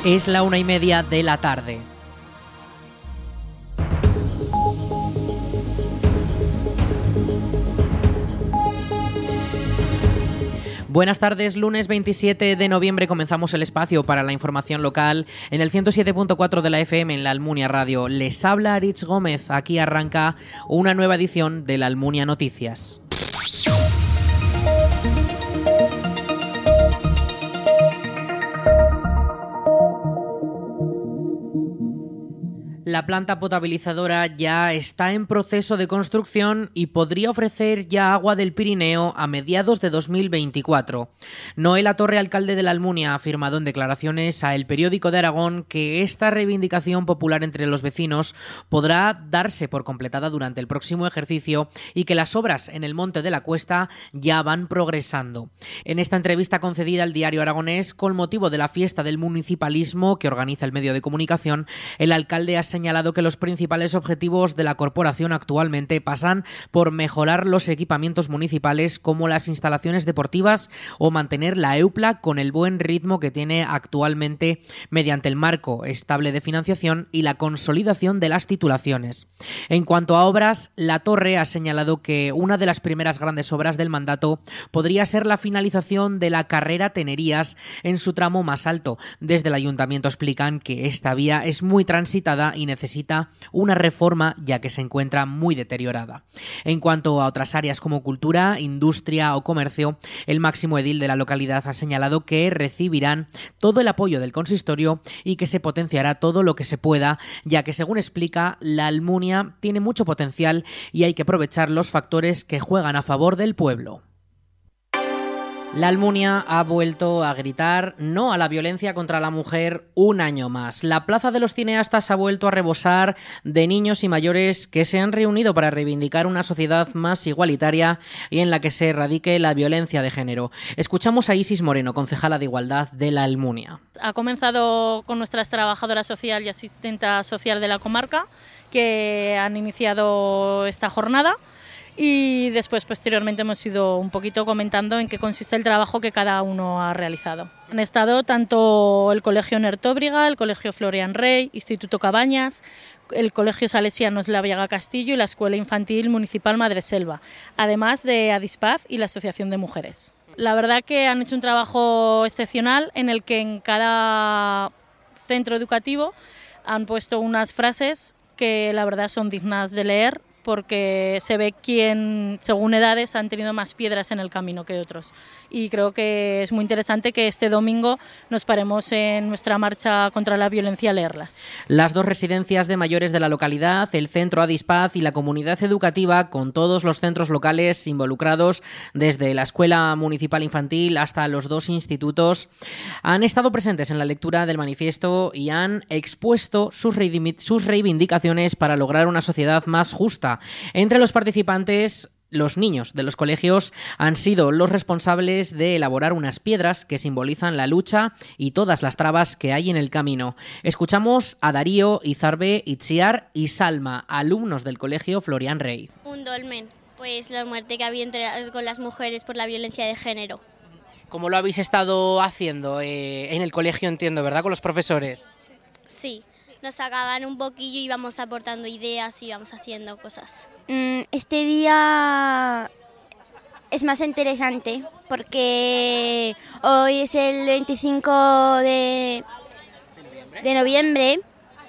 Es la 1:30 de la tarde. Buenas tardes, lunes 27 de noviembre comenzamos el espacio para la información local en el 107.4 de la FM en la Almunia Radio. Les habla Aritz Gómez, aquí arranca una nueva edición de la Almunia Noticias. La planta potabilizadora ya está en proceso de construcción y podría ofrecer ya agua del Pirineo a mediados de 2024. Noé Latorre, alcalde de la Almunia, ha afirmado en declaraciones a El Periódico de Aragón que esta reivindicación popular entre los vecinos podrá darse por completada durante el próximo ejercicio y que las obras en el Monte de la Cuesta ya van progresando. En esta entrevista concedida al diario Aragonés con motivo de la fiesta del municipalismo que organiza el medio de comunicación, el alcalde ha señalado que los principales objetivos de la corporación actualmente pasan por mejorar los equipamientos municipales como las instalaciones deportivas o mantener la EUPLA con el buen ritmo que tiene actualmente mediante el marco estable de financiación y la consolidación de las titulaciones. En cuanto a obras, Latorre ha señalado que una de las primeras grandes obras del mandato podría ser la finalización de la carrera Tenerías en su tramo más alto. Desde el ayuntamiento explican que esta vía es muy transitada y necesita una reforma ya que se encuentra muy deteriorada. En cuanto a otras áreas como cultura, industria o comercio, el máximo edil de la localidad ha señalado que recibirán todo el apoyo del consistorio y que se potenciará todo lo que se pueda, ya que según explica, la Almunia tiene mucho potencial y hay que aprovechar los factores que juegan a favor del pueblo. La Almunia ha vuelto a gritar no a la violencia contra la mujer un año más. La Plaza de los Cineastas ha vuelto a rebosar de niños y mayores que se han reunido para reivindicar una sociedad más igualitaria y en la que se erradique la violencia de género. Escuchamos a Isis Moreno, concejala de Igualdad de la Almunia. Ha comenzado con nuestras trabajadoras social y asistenta social de la comarca que han iniciado esta jornada. Y después, posteriormente, hemos ido un poquito comentando en qué consiste el trabajo que cada uno ha realizado. Han estado tanto el Colegio Nertóbriga, el Colegio Florian Rey, Instituto Cabañas, el Colegio Salesianos La Viaga Castillo y la Escuela Infantil Municipal Madreselva, además de Adispaz y la Asociación de Mujeres. La verdad que han hecho un trabajo excepcional en el que en cada centro educativo han puesto unas frases que la verdad son dignas de leer, porque se ve quién, según edades, han tenido más piedras en el camino que otros. Y creo que es muy interesante que este domingo nos paremos en nuestra marcha contra la violencia a leerlas. Las dos residencias de mayores de la localidad, el centro Adispaz y la comunidad educativa, con todos los centros locales involucrados, desde la Escuela Municipal Infantil hasta los dos institutos, han estado presentes en la lectura del manifiesto y han expuesto sus reivindicaciones para lograr una sociedad más justa. Entre los participantes, los niños de los colegios han sido los responsables de elaborar unas piedras que simbolizan la lucha y todas las trabas que hay en el camino. Escuchamos a Darío, Izarbe, Itziar y Salma, alumnos del colegio Florian Rey. Un dolmen, pues la muerte que había con las mujeres por la violencia de género. ¿Cómo lo habéis estado haciendo en el colegio, entiendo, verdad, con los profesores? Sí. Nos sacaban un poquillo y íbamos aportando ideas y íbamos haciendo cosas. Este día es más interesante porque hoy es el 25 de noviembre.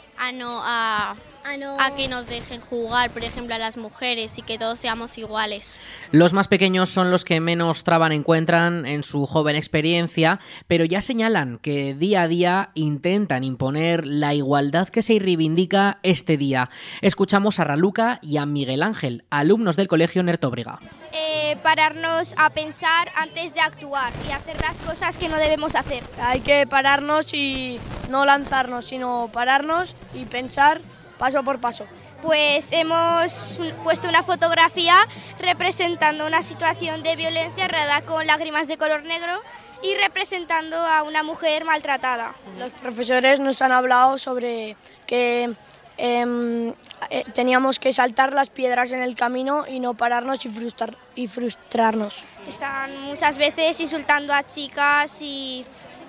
A que nos dejen jugar, por ejemplo, a las mujeres y que todos seamos iguales. Los más pequeños son los que menos traba encuentran en su joven experiencia, pero ya señalan que día a día intentan imponer la igualdad que se reivindica este día. Escuchamos a Raluca y a Miguel Ángel, alumnos del colegio Nertóbriga. Pararnos a pensar antes de actuar y hacer las cosas que no debemos hacer. Hay que pararnos y no lanzarnos, sino pararnos y pensar paso por paso. Pues hemos puesto una fotografía representando una situación de violencia rodeada con lágrimas de color negro y representando a una mujer maltratada. Los profesores nos han hablado sobre que teníamos que saltar las piedras en el camino y no pararnos y frustrarnos. Están muchas veces insultando a chicas y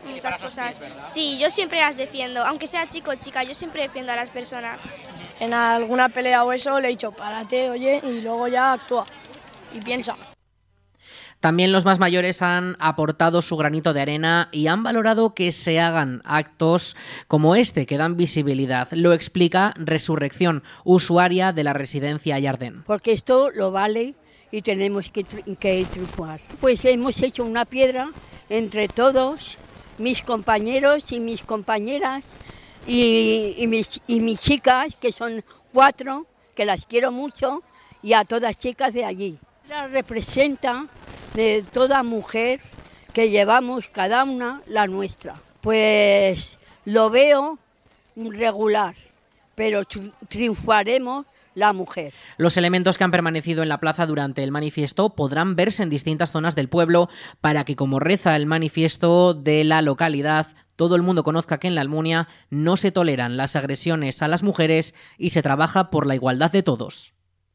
muchas cosas. Sí, yo siempre las defiendo, aunque sea chico o chica, yo siempre defiendo a las personas. En alguna pelea o eso le he dicho, párate, oye, y luego ya actúa y piensa. También los más mayores han aportado su granito de arena y han valorado que se hagan actos como este que dan visibilidad. Lo explica Resurrección, usuaria de la residencia Yardén. Porque esto lo vale y tenemos que triunfar. Pues hemos hecho una piedra entre todos, mis compañeros y mis compañeras y mis chicas, que son 4, que las quiero mucho, y a todas chicas de allí. Representa de toda mujer que llevamos cada una la nuestra. Pues lo veo regular, pero triunfaremos la mujer. Los elementos que han permanecido en la plaza durante el manifiesto podrán verse en distintas zonas del pueblo para que, como reza el manifiesto de la localidad, todo el mundo conozca que en la Almunia no se toleran las agresiones a las mujeres y se trabaja por la igualdad de todos.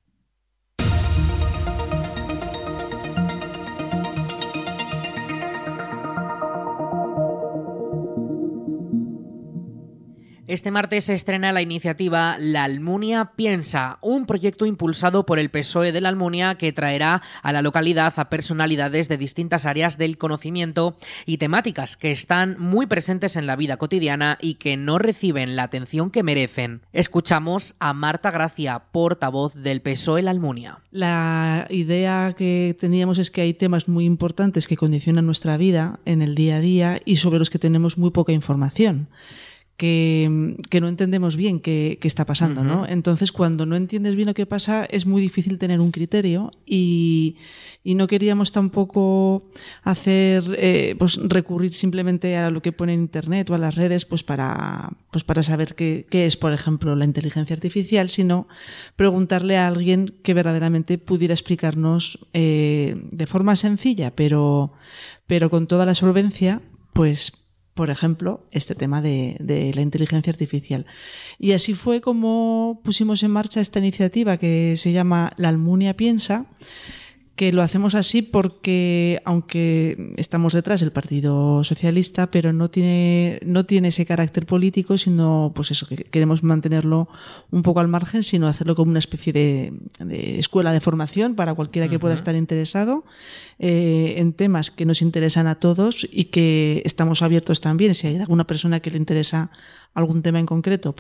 Este martes se estrena la iniciativa La Almunia Piensa, un proyecto impulsado por el PSOE de la Almunia que traerá a la localidad a personalidades de distintas áreas del conocimiento y temáticas que están muy presentes en la vida cotidiana y que no reciben la atención que merecen. Escuchamos a Marta Gracia, portavoz del PSOE La Almunia. La idea que teníamos es que hay temas muy importantes que condicionan nuestra vida en el día a día y sobre los que tenemos muy poca información. Que no entendemos bien qué está pasando, ¿no? Entonces, cuando no entiendes bien lo que pasa, es muy difícil tener un criterio y no queríamos tampoco hacer, recurrir simplemente a lo que pone en Internet o a las redes, para saber qué es, por ejemplo, la inteligencia artificial, sino preguntarle a alguien que verdaderamente pudiera explicarnos de forma sencilla, pero con toda la solvencia, por ejemplo, este tema de la inteligencia artificial. Y así fue como pusimos en marcha esta iniciativa que se llama La Almunia Piensa, que lo hacemos así porque, aunque estamos detrás del Partido Socialista, pero no tiene ese carácter político, sino que queremos mantenerlo un poco al margen, sino hacerlo como una especie de escuela de formación para cualquiera que pueda estar interesado en temas que nos interesan a todos y que estamos abiertos también. Si hay alguna persona que le interesa algún tema en concreto,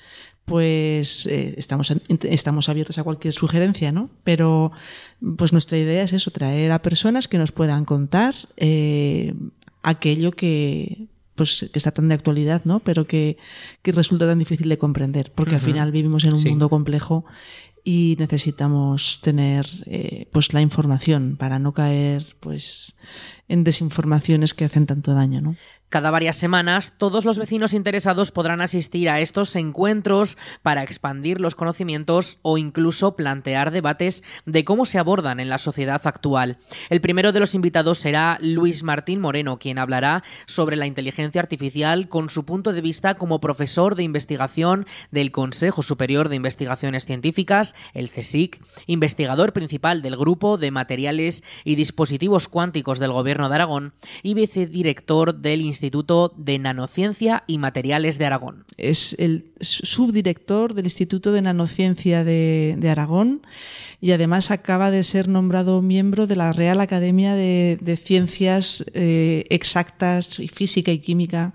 estamos abiertos a cualquier sugerencia, ¿no? Pero nuestra idea es eso, traer a personas que nos puedan contar aquello que está tan de actualidad, ¿no? Pero que resulta tan difícil de comprender, porque al final vivimos en un mundo complejo y necesitamos tener la información para no caer en desinformaciones que hacen tanto daño, ¿no? Cada varias semanas, todos los vecinos interesados podrán asistir a estos encuentros para expandir los conocimientos o incluso plantear debates de cómo se abordan en la sociedad actual. El primero de los invitados será Luis Martín Moreno, quien hablará sobre la inteligencia artificial con su punto de vista como profesor de investigación del Consejo Superior de Investigaciones Científicas, el CSIC, investigador principal del Grupo de Materiales y Dispositivos Cuánticos del Gobierno de Aragón y vicedirector del Instituto de Nanociencia y Materiales de Aragón. Es el subdirector del Instituto de Nanociencia de Aragón y además acaba de ser nombrado miembro de la Real Academia de Ciencias Exactas y Física y Química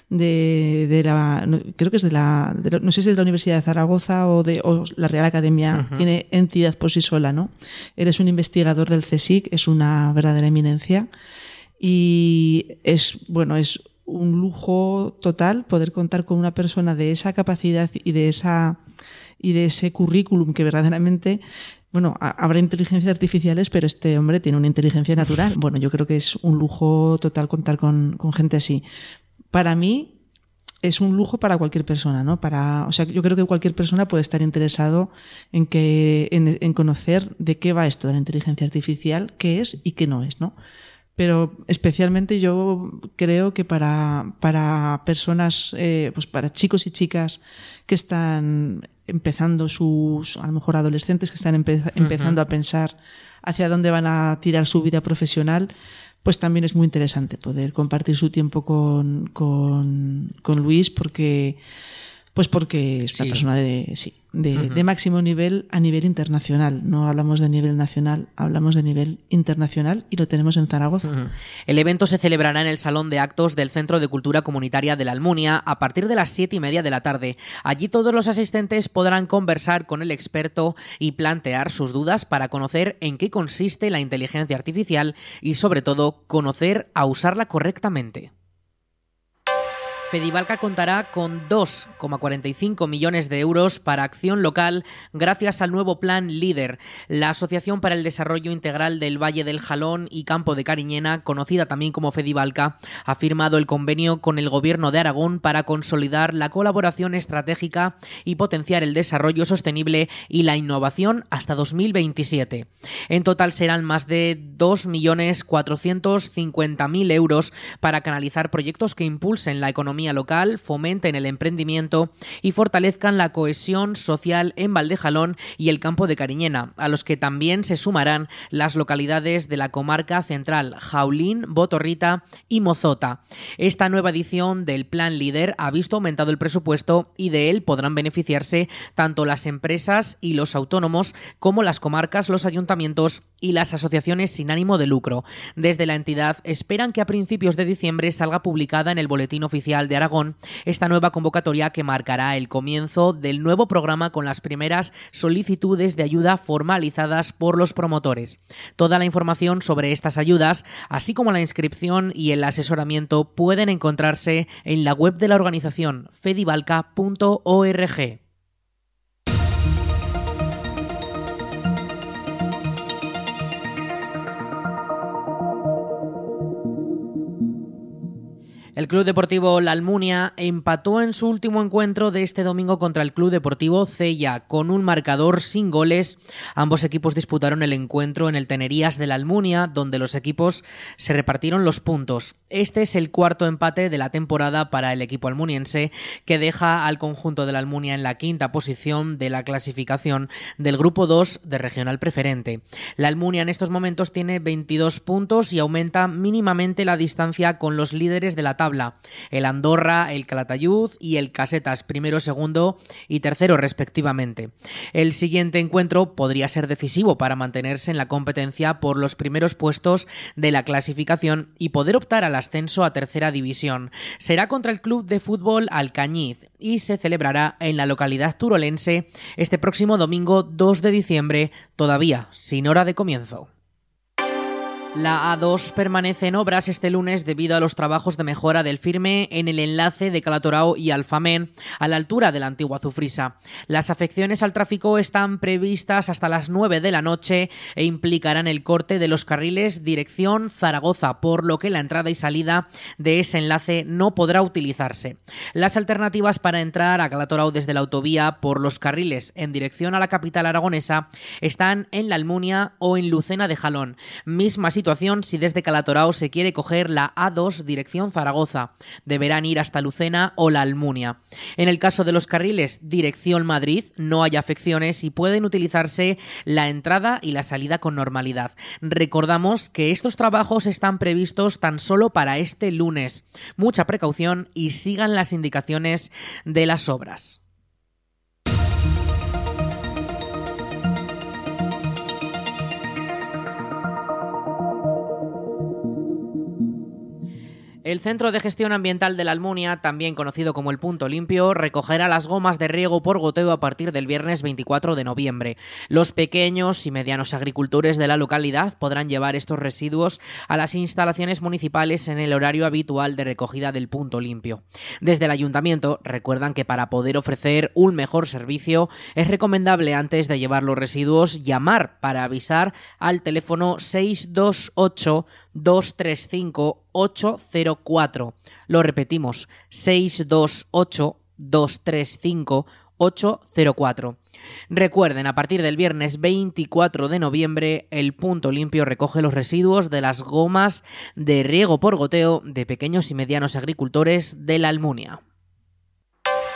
creo que es no sé si es de la Universidad de Zaragoza o la Real Academia, tiene entidad por sí sola, ¿no? Eres un investigador del CSIC, es una verdadera eminencia. Y es un lujo total poder contar con una persona de esa capacidad y de ese currículum que verdaderamente, habrá inteligencias artificiales, pero este hombre tiene una inteligencia natural. Yo creo que es un lujo total contar con gente así. Para mí es un lujo para cualquier persona, ¿no? Yo creo que cualquier persona puede estar interesado en conocer de qué va esto de la inteligencia artificial, qué es y qué no es, ¿no? Pero especialmente yo creo que para personas, para chicos y chicas que están empezando a lo mejor adolescentes que están empezando a pensar hacia dónde van a tirar su vida profesional, pues también es muy interesante poder compartir su tiempo con Luis, porque es una persona de máximo nivel a nivel internacional. No hablamos de nivel nacional, hablamos de nivel internacional, y lo tenemos en Zaragoza. El evento se celebrará en el Salón de Actos del Centro de Cultura Comunitaria de la Almunia a partir de las 7:30 de la tarde. Allí todos los asistentes podrán conversar con el experto y plantear sus dudas para conocer en qué consiste la inteligencia artificial y, sobre todo, conocer a usarla correctamente. Fedivalca contará con 2,45 millones de euros para acción local gracias al nuevo Plan LEADER. La Asociación para el Desarrollo Integral del Valle del Jalón y Campo de Cariñena, conocida también como Fedivalca, ha firmado el convenio con el Gobierno de Aragón para consolidar la colaboración estratégica y potenciar el desarrollo sostenible y la innovación hasta 2027. En total serán más de 2.450.000 euros para canalizar proyectos que impulsen la economía local, fomenten el emprendimiento y fortalezcan la cohesión social en Valdejalón y el Campo de Cariñena, a los que también se sumarán las localidades de la comarca central, Jaulín, Botorrita y Mozota. Esta nueva edición del Plan LEADER ha visto aumentado el presupuesto y de él podrán beneficiarse tanto las empresas y los autónomos como las comarcas, los ayuntamientos y las asociaciones sin ánimo de lucro. Desde la entidad esperan que a principios de diciembre salga publicada en el Boletín Oficial de Aragón esta nueva convocatoria que marcará el comienzo del nuevo programa con las primeras solicitudes de ayuda formalizadas por los promotores. Toda la información sobre estas ayudas, así como la inscripción y el asesoramiento, pueden encontrarse en la web de la organización fedivalca.org. El Club Deportivo La Almunia empató en su último encuentro de este domingo contra el Club Deportivo Cella con un marcador sin goles. Ambos equipos disputaron el encuentro en el Tenerías de La Almunia, donde los equipos se repartieron los puntos. Este es el cuarto empate de la temporada para el equipo almuniense, que deja al conjunto de La Almunia en la quinta posición de la clasificación del Grupo 2 de Regional Preferente. La Almunia en estos momentos tiene 22 puntos y aumenta mínimamente la distancia con los líderes de la tabla, el Andorra, el Calatayud y el Casetas, primero, segundo y tercero respectivamente. El siguiente encuentro podría ser decisivo para mantenerse en la competencia por los primeros puestos de la clasificación y poder optar al ascenso a tercera división. Será contra el Club de Fútbol Alcañiz y se celebrará en la localidad turolense este próximo domingo 2 de diciembre, todavía sin hora de comienzo. La A2 permanece en obras este lunes debido a los trabajos de mejora del firme en el enlace de Calatorao y Alfamén a la altura de la antigua Zufrisa. Las afecciones al tráfico están previstas hasta las 9 de la noche e implicarán el corte de los carriles dirección Zaragoza, por lo que la entrada y salida de ese enlace no podrá utilizarse. Las alternativas para entrar a Calatorao desde la autovía por los carriles en dirección a la capital aragonesa están en La Almunia o en Lucena de Jalón. Misma situación si desde Calatorao se quiere coger la A2 dirección Zaragoza. Deberán ir hasta Lucena o La Almunia. En el caso de los carriles dirección Madrid no hay afecciones y pueden utilizarse la entrada y la salida con normalidad. Recordamos que estos trabajos están previstos tan solo para este lunes. Mucha precaución y sigan las indicaciones de las obras. El Centro de Gestión Ambiental de la Almunia, también conocido como el Punto Limpio, recogerá las gomas de riego por goteo a partir del viernes 24 de noviembre. Los pequeños y medianos agricultores de la localidad podrán llevar estos residuos a las instalaciones municipales en el horario habitual de recogida del Punto Limpio. Desde el Ayuntamiento recuerdan que para poder ofrecer un mejor servicio es recomendable, antes de llevar los residuos, llamar para avisar al teléfono 628 235 804. Lo repetimos, 628 235 804. Recuerden, a partir del viernes 24 de noviembre, el Punto Limpio recoge los residuos de las gomas de riego por goteo de pequeños y medianos agricultores de la Almunia.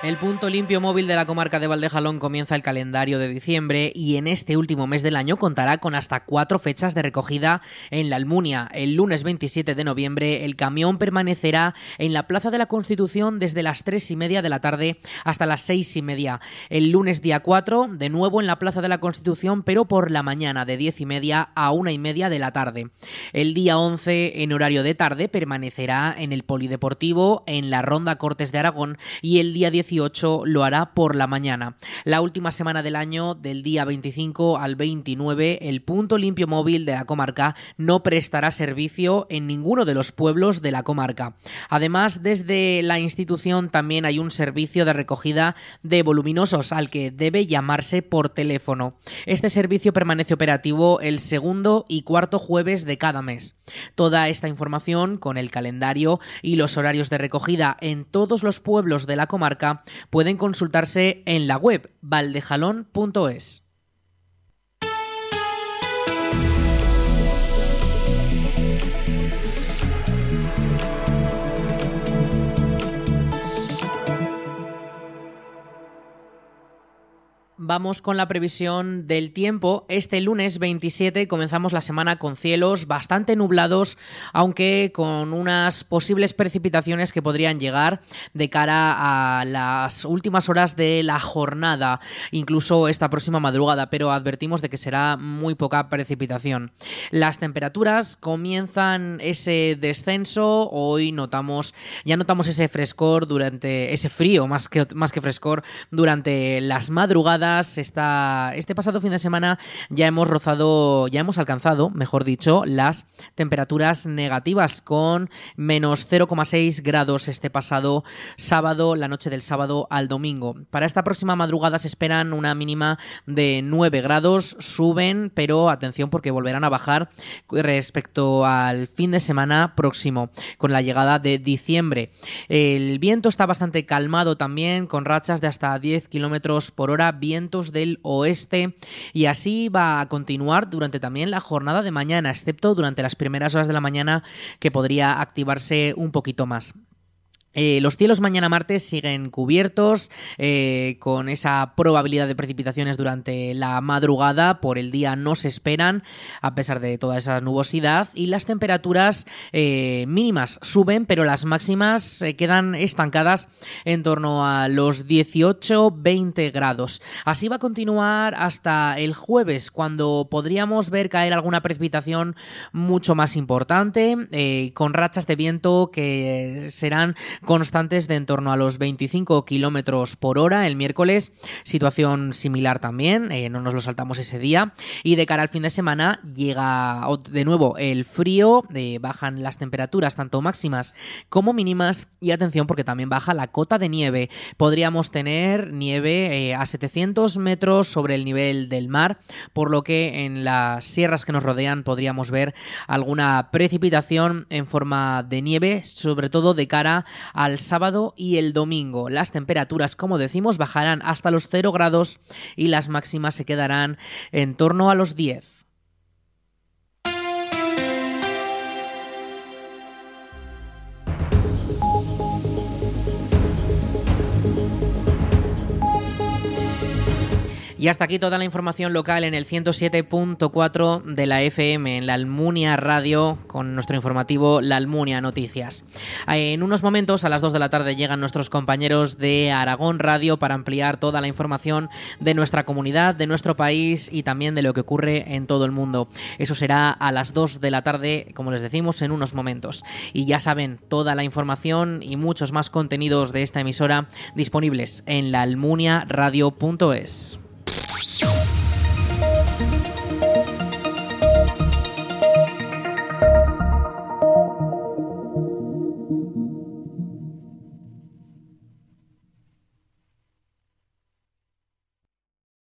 El punto limpio móvil de la comarca de Valdejalón comienza el calendario de diciembre y en este último mes del año contará con hasta 4 fechas de recogida en la Almunia. El lunes 27 de noviembre el camión permanecerá en la Plaza de la Constitución desde las 3:30 de la tarde hasta las 6:30. El lunes día 4 de nuevo en la Plaza de la Constitución, pero por la mañana de 10:30 a 1:30 de la tarde. El día 11 en horario de tarde permanecerá en el Polideportivo en la Ronda Cortes de Aragón y el día 18 lo hará por la mañana. La última semana del año, del día 25 al 29, el punto limpio móvil de la comarca no prestará servicio en ninguno de los pueblos de la comarca. Además, desde la institución también hay un servicio de recogida de voluminosos al que debe llamarse por teléfono. Este servicio permanece operativo el segundo y cuarto jueves de cada mes. Toda esta información, con el calendario y los horarios de recogida en todos los pueblos de la comarca, pueden consultarse en la web valdejalón.es. Vamos con la previsión del tiempo. Este lunes 27 comenzamos la semana con cielos bastante nublados, aunque con unas posibles precipitaciones que podrían llegar de cara a las últimas horas de la jornada, incluso esta próxima madrugada, pero advertimos de que será muy poca precipitación. Las temperaturas comienzan ese descenso. Hoy notamos ese frescor ese frío más que frescor durante las madrugadas. Este pasado fin de semana ya hemos alcanzado, mejor dicho, las temperaturas negativas con menos 0,6 grados este pasado sábado, la noche del sábado al domingo. Para esta próxima madrugada se esperan una mínima de 9 grados, suben, pero atención porque volverán a bajar respecto al fin de semana próximo, con la llegada de diciembre. El viento está bastante calmado también, con rachas de hasta 10 kilómetros por hora, vientos del oeste, y así va a continuar durante también la jornada de mañana, excepto durante las primeras horas de la mañana, que podría activarse un poquito más. Los cielos mañana martes siguen cubiertos, con esa probabilidad de precipitaciones durante la madrugada. Por el día no se esperan, a pesar de toda esa nubosidad, y las temperaturas mínimas suben, pero las máximas se quedan estancadas en torno a los 18-20 grados. Así va a continuar hasta el jueves, cuando podríamos ver caer alguna precipitación mucho más importante, con rachas de viento que serán constantes de en torno a los 25 kilómetros por hora. El miércoles, situación similar también, no nos lo saltamos ese día. Y de cara al fin de semana llega de nuevo el frío, bajan las temperaturas tanto máximas como mínimas, y atención porque también baja la cota de nieve. Podríamos tener nieve a 700 metros sobre el nivel del mar, por lo que en las sierras que nos rodean podríamos ver alguna precipitación en forma de nieve, sobre todo de cara al sábado y el domingo. Las temperaturas, como decimos, bajarán hasta los 0 grados y las máximas se quedarán en torno a los 10. Y hasta aquí toda la información local en el 107.4 de la FM, en la Almunia Radio, con nuestro informativo La Almunia Noticias. En unos momentos, a las 2 de la tarde, llegan nuestros compañeros de Aragón Radio para ampliar toda la información de nuestra comunidad, de nuestro país y también de lo que ocurre en todo el mundo. Eso será a las 2 de la tarde, como les decimos, en unos momentos. Y ya saben, toda la información y muchos más contenidos de esta emisora disponibles en laalmuniaradio.es.